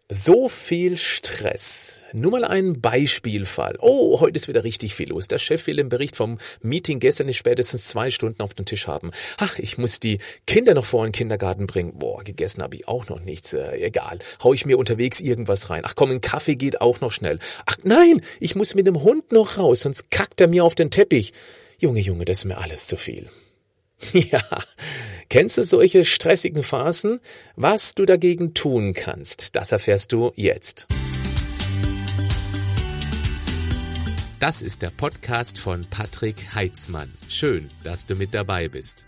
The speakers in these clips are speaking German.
So viel Stress. Nur mal ein Beispielfall. Oh, heute ist wieder richtig viel los. Der Chef will den Bericht vom Meeting gestern nicht spätestens 2 Stunden auf den Tisch haben. Ach, ich muss die Kinder noch vor in den Kindergarten bringen. Boah, gegessen habe ich auch noch nichts. Egal. Hau ich mir unterwegs irgendwas rein. Ach komm, ein Kaffee geht auch noch schnell. Ach nein, ich muss mit dem Hund noch raus, sonst kackt er mir auf den Teppich. Junge, das ist mir alles zu viel. Ja, kennst du solche stressigen Phasen? Was du dagegen tun kannst, das erfährst du jetzt. Das ist der Podcast von Patrick Heitzmann. Schön, dass du mit dabei bist.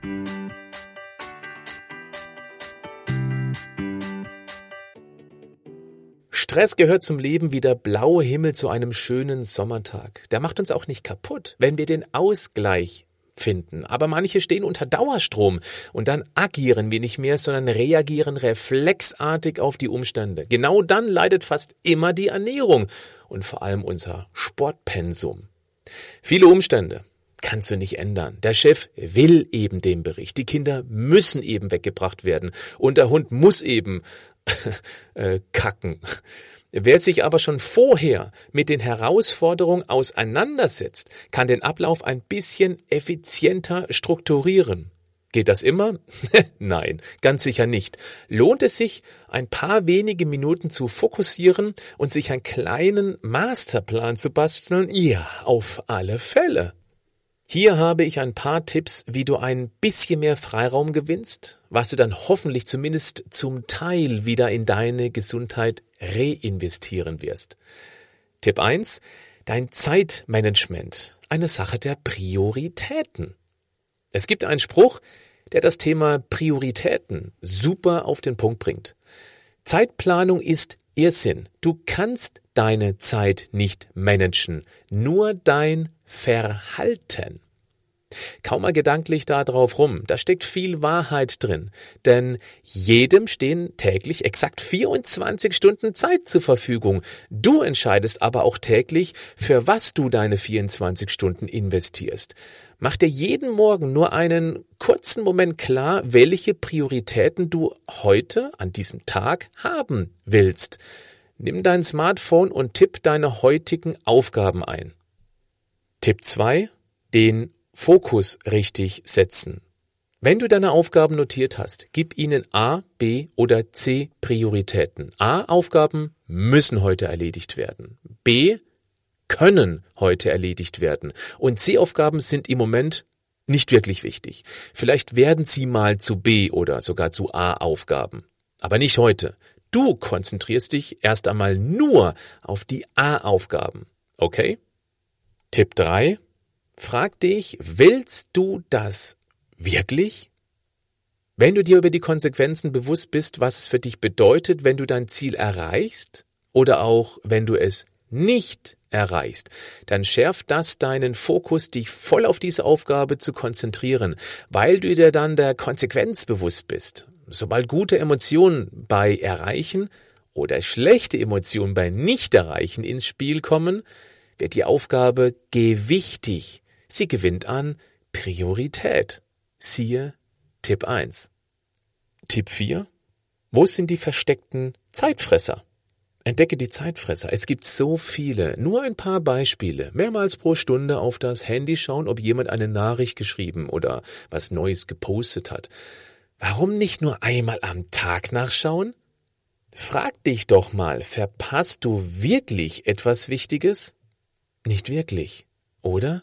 Stress gehört zum Leben wie der blaue Himmel zu einem schönen Sommertag. Der macht uns auch nicht kaputt, wenn wir den Ausgleich finden. Aber manche stehen unter Dauerstrom und dann agieren wir nicht mehr, sondern reagieren reflexartig auf die Umstände. Genau dann leidet fast immer die Ernährung und vor allem unser Sportpensum. Viele Umstände kannst du nicht ändern. Der Chef will eben den Bericht. Die Kinder müssen eben weggebracht werden und der Hund muss eben kacken. Wer sich aber schon vorher mit den Herausforderungen auseinandersetzt, kann den Ablauf ein bisschen effizienter strukturieren. Geht das immer? Nein, ganz sicher nicht. Lohnt es sich, ein paar wenige Minuten zu fokussieren und sich einen kleinen Masterplan zu basteln? Ja, auf alle Fälle. Hier habe ich ein paar Tipps, wie du ein bisschen mehr Freiraum gewinnst, was du dann hoffentlich zumindest zum Teil wieder in deine Gesundheit reinvestieren wirst. Tipp 1: Dein Zeitmanagement, eine Sache der Prioritäten. Es gibt einen Spruch, der das Thema Prioritäten super auf den Punkt bringt. Zeitplanung ist Irrsinn. Du kannst deine Zeit nicht managen, nur dein Verhalten. Kaum mal gedanklich da drauf rum, da steckt viel Wahrheit drin, denn jedem stehen täglich exakt 24 Stunden Zeit zur Verfügung. Du entscheidest aber auch täglich, für was du deine 24 Stunden investierst. Mach dir jeden Morgen nur einen kurzen Moment klar, welche Prioritäten du heute an diesem Tag haben willst. Nimm dein Smartphone und tipp deine heutigen Aufgaben ein. Tipp 2: Den Fokus richtig setzen. Wenn du deine Aufgaben notiert hast, gib ihnen A, B oder C Prioritäten. A, Aufgaben müssen heute erledigt werden. B, können heute erledigt werden. Und C, Aufgaben sind im Moment nicht wirklich wichtig. Vielleicht werden sie mal zu B oder sogar zu A Aufgaben. Aber nicht heute. Du konzentrierst dich erst einmal nur auf die A-Aufgaben. Okay? Tipp 3: Frag dich, willst du das wirklich? Wenn du dir über die Konsequenzen bewusst bist, was es für dich bedeutet, wenn du dein Ziel erreichst oder auch wenn du es nicht erreichst, dann schärft das deinen Fokus, dich voll auf diese Aufgabe zu konzentrieren, weil du dir dann der Konsequenz bewusst bist. Sobald gute Emotionen bei Erreichen oder schlechte Emotionen bei Nicht-Erreichen ins Spiel kommen, wird die Aufgabe gewichtig. Sie gewinnt an Priorität. Siehe Tipp 1. Tipp 4. Wo sind die versteckten Zeitfresser? Entdecke die Zeitfresser. Es gibt so viele. Nur ein paar Beispiele. Mehrmals pro Stunde auf das Handy schauen, ob jemand eine Nachricht geschrieben oder was Neues gepostet hat. Warum nicht nur einmal am Tag nachschauen? Frag dich doch mal, verpasst du wirklich etwas Wichtiges? Nicht wirklich, oder?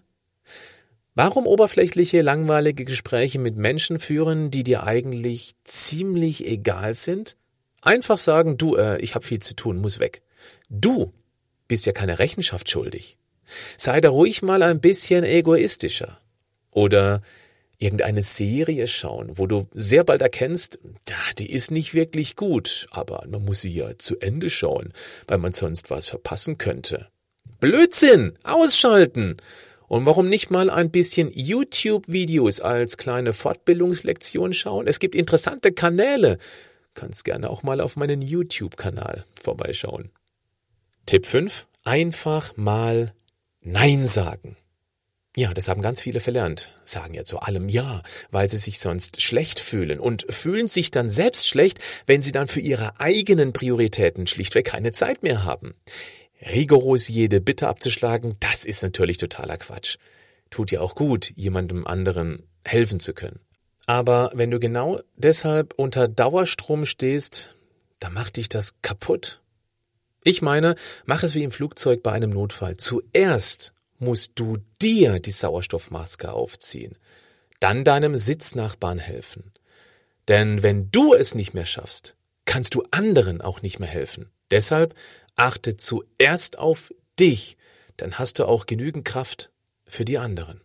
Warum oberflächliche, langweilige Gespräche mit Menschen führen, die dir eigentlich ziemlich egal sind? Einfach sagen, du, ich habe viel zu tun, muss weg. Du bist ja keine Rechenschaft schuldig. Sei da ruhig mal ein bisschen egoistischer. Oder irgendeine Serie schauen, wo du sehr bald erkennst, die ist nicht wirklich gut, aber man muss sie ja zu Ende schauen, weil man sonst was verpassen könnte. Blödsinn! Ausschalten! Und warum nicht mal ein bisschen YouTube-Videos als kleine Fortbildungslektion schauen? Es gibt interessante Kanäle. Kannst gerne auch mal auf meinen YouTube-Kanal vorbeischauen. Tipp 5. Einfach mal Nein sagen. Ja, das haben ganz viele verlernt, sagen ja zu allem ja, weil sie sich sonst schlecht fühlen und fühlen sich dann selbst schlecht, wenn sie dann für ihre eigenen Prioritäten schlichtweg keine Zeit mehr haben. Rigoros jede Bitte abzuschlagen, das ist natürlich totaler Quatsch. Tut ja auch gut, jemandem anderen helfen zu können. Aber wenn du genau deshalb unter Dauerstrom stehst, dann macht dich das kaputt. Ich meine, mach es wie im Flugzeug bei einem Notfall. Zuerst musst du dir die Sauerstoffmaske aufziehen, dann deinem Sitznachbarn helfen. Denn wenn du es nicht mehr schaffst, kannst du anderen auch nicht mehr helfen. Deshalb achte zuerst auf dich, dann hast du auch genügend Kraft für die anderen.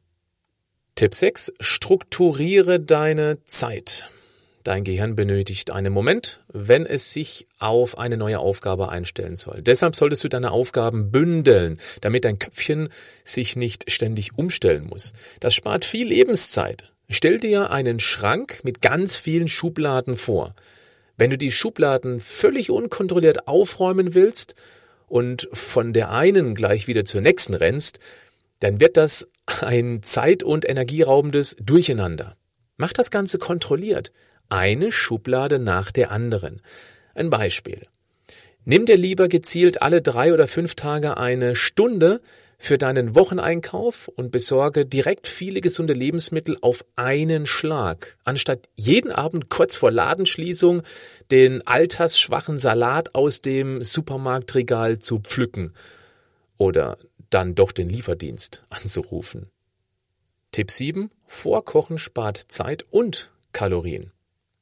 Tipp 6. Strukturiere deine Zeit. Dein Gehirn benötigt einen Moment, wenn es sich auf eine neue Aufgabe einstellen soll. Deshalb solltest du deine Aufgaben bündeln, damit dein Köpfchen sich nicht ständig umstellen muss. Das spart viel Lebenszeit. Stell dir einen Schrank mit ganz vielen Schubladen vor. Wenn du die Schubladen völlig unkontrolliert aufräumen willst und von der einen gleich wieder zur nächsten rennst, dann wird das ein zeit- und energieraubendes Durcheinander. Mach das Ganze kontrolliert. Eine Schublade nach der anderen. Ein Beispiel. Nimm dir lieber gezielt alle 3 oder 5 Tage eine Stunde für deinen Wocheneinkauf und besorge direkt viele gesunde Lebensmittel auf einen Schlag, anstatt jeden Abend kurz vor Ladenschließung den altersschwachen Salat aus dem Supermarktregal zu pflücken oder dann doch den Lieferdienst anzurufen. Tipp 7. Vorkochen spart Zeit und Kalorien.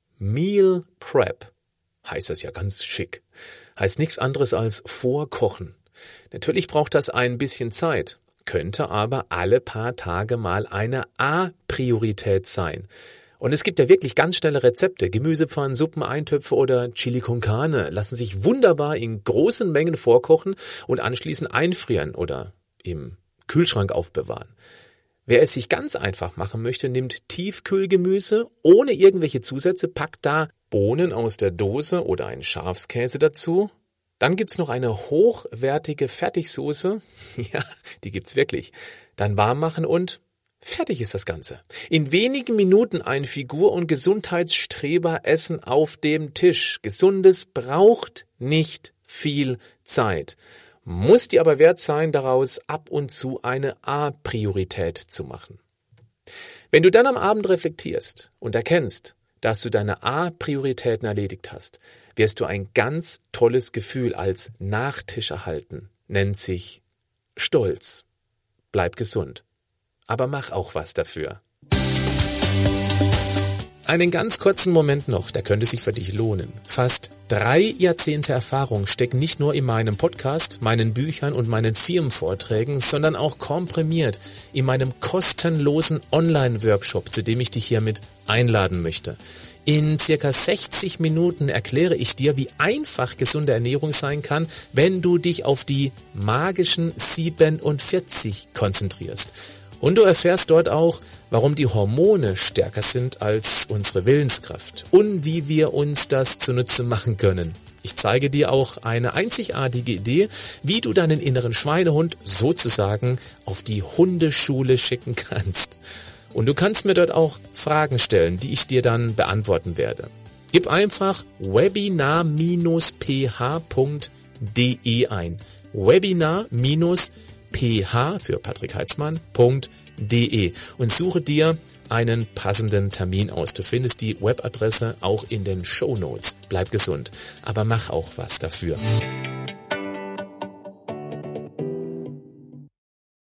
Meal Prep heißt das ja ganz schick. Heißt nichts anderes als vorkochen. Natürlich braucht das ein bisschen Zeit, könnte aber alle paar Tage mal eine A-Priorität sein. Und es gibt ja wirklich ganz schnelle Rezepte. Gemüsepfannen, Suppen, Eintöpfe oder Chili con Carne lassen sich wunderbar in großen Mengen vorkochen und anschließend einfrieren oder im Kühlschrank aufbewahren. Wer es sich ganz einfach machen möchte, nimmt Tiefkühlgemüse ohne irgendwelche Zusätze, packt da Bohnen aus der Dose oder einen Schafskäse dazu. Dann gibt's noch eine hochwertige Fertigsoße. Ja, die gibt's wirklich. Dann warm machen und fertig ist das Ganze. In wenigen Minuten ein Figur- und Gesundheitsstreberessen auf dem Tisch. Gesundes braucht nicht viel Zeit. Muss dir aber wert sein, daraus ab und zu eine A-Priorität zu machen. Wenn du dann am Abend reflektierst und erkennst, dass du deine A-Prioritäten erledigt hast, wirst du ein ganz tolles Gefühl als Nachtisch erhalten. Nennt sich Stolz. Bleib gesund. Aber mach auch was dafür. Einen ganz kurzen Moment noch, der könnte sich für dich lohnen. Fast 3 Jahrzehnte Erfahrung stecken nicht nur in meinem Podcast, meinen Büchern und meinen Firmenvorträgen, sondern auch komprimiert in meinem kostenlosen Online-Workshop, zu dem ich dich hiermit einladen möchte. In circa 60 Minuten erkläre ich dir, wie einfach gesunde Ernährung sein kann, wenn du dich auf die magischen 47 konzentrierst. Und du erfährst dort auch, warum die Hormone stärker sind als unsere Willenskraft und wie wir uns das zunutze machen können. Ich zeige dir auch eine einzigartige Idee, wie du deinen inneren Schweinehund sozusagen auf die Hundeschule schicken kannst. Und du kannst mir dort auch Fragen stellen, die ich dir dann beantworten werde. Gib einfach webinar-ph.de ein. Webinar-ph für Patrick Heitzmann.de und suche dir einen passenden Termin aus. Du findest die Webadresse auch in den Shownotes. Bleib gesund, aber mach auch was dafür.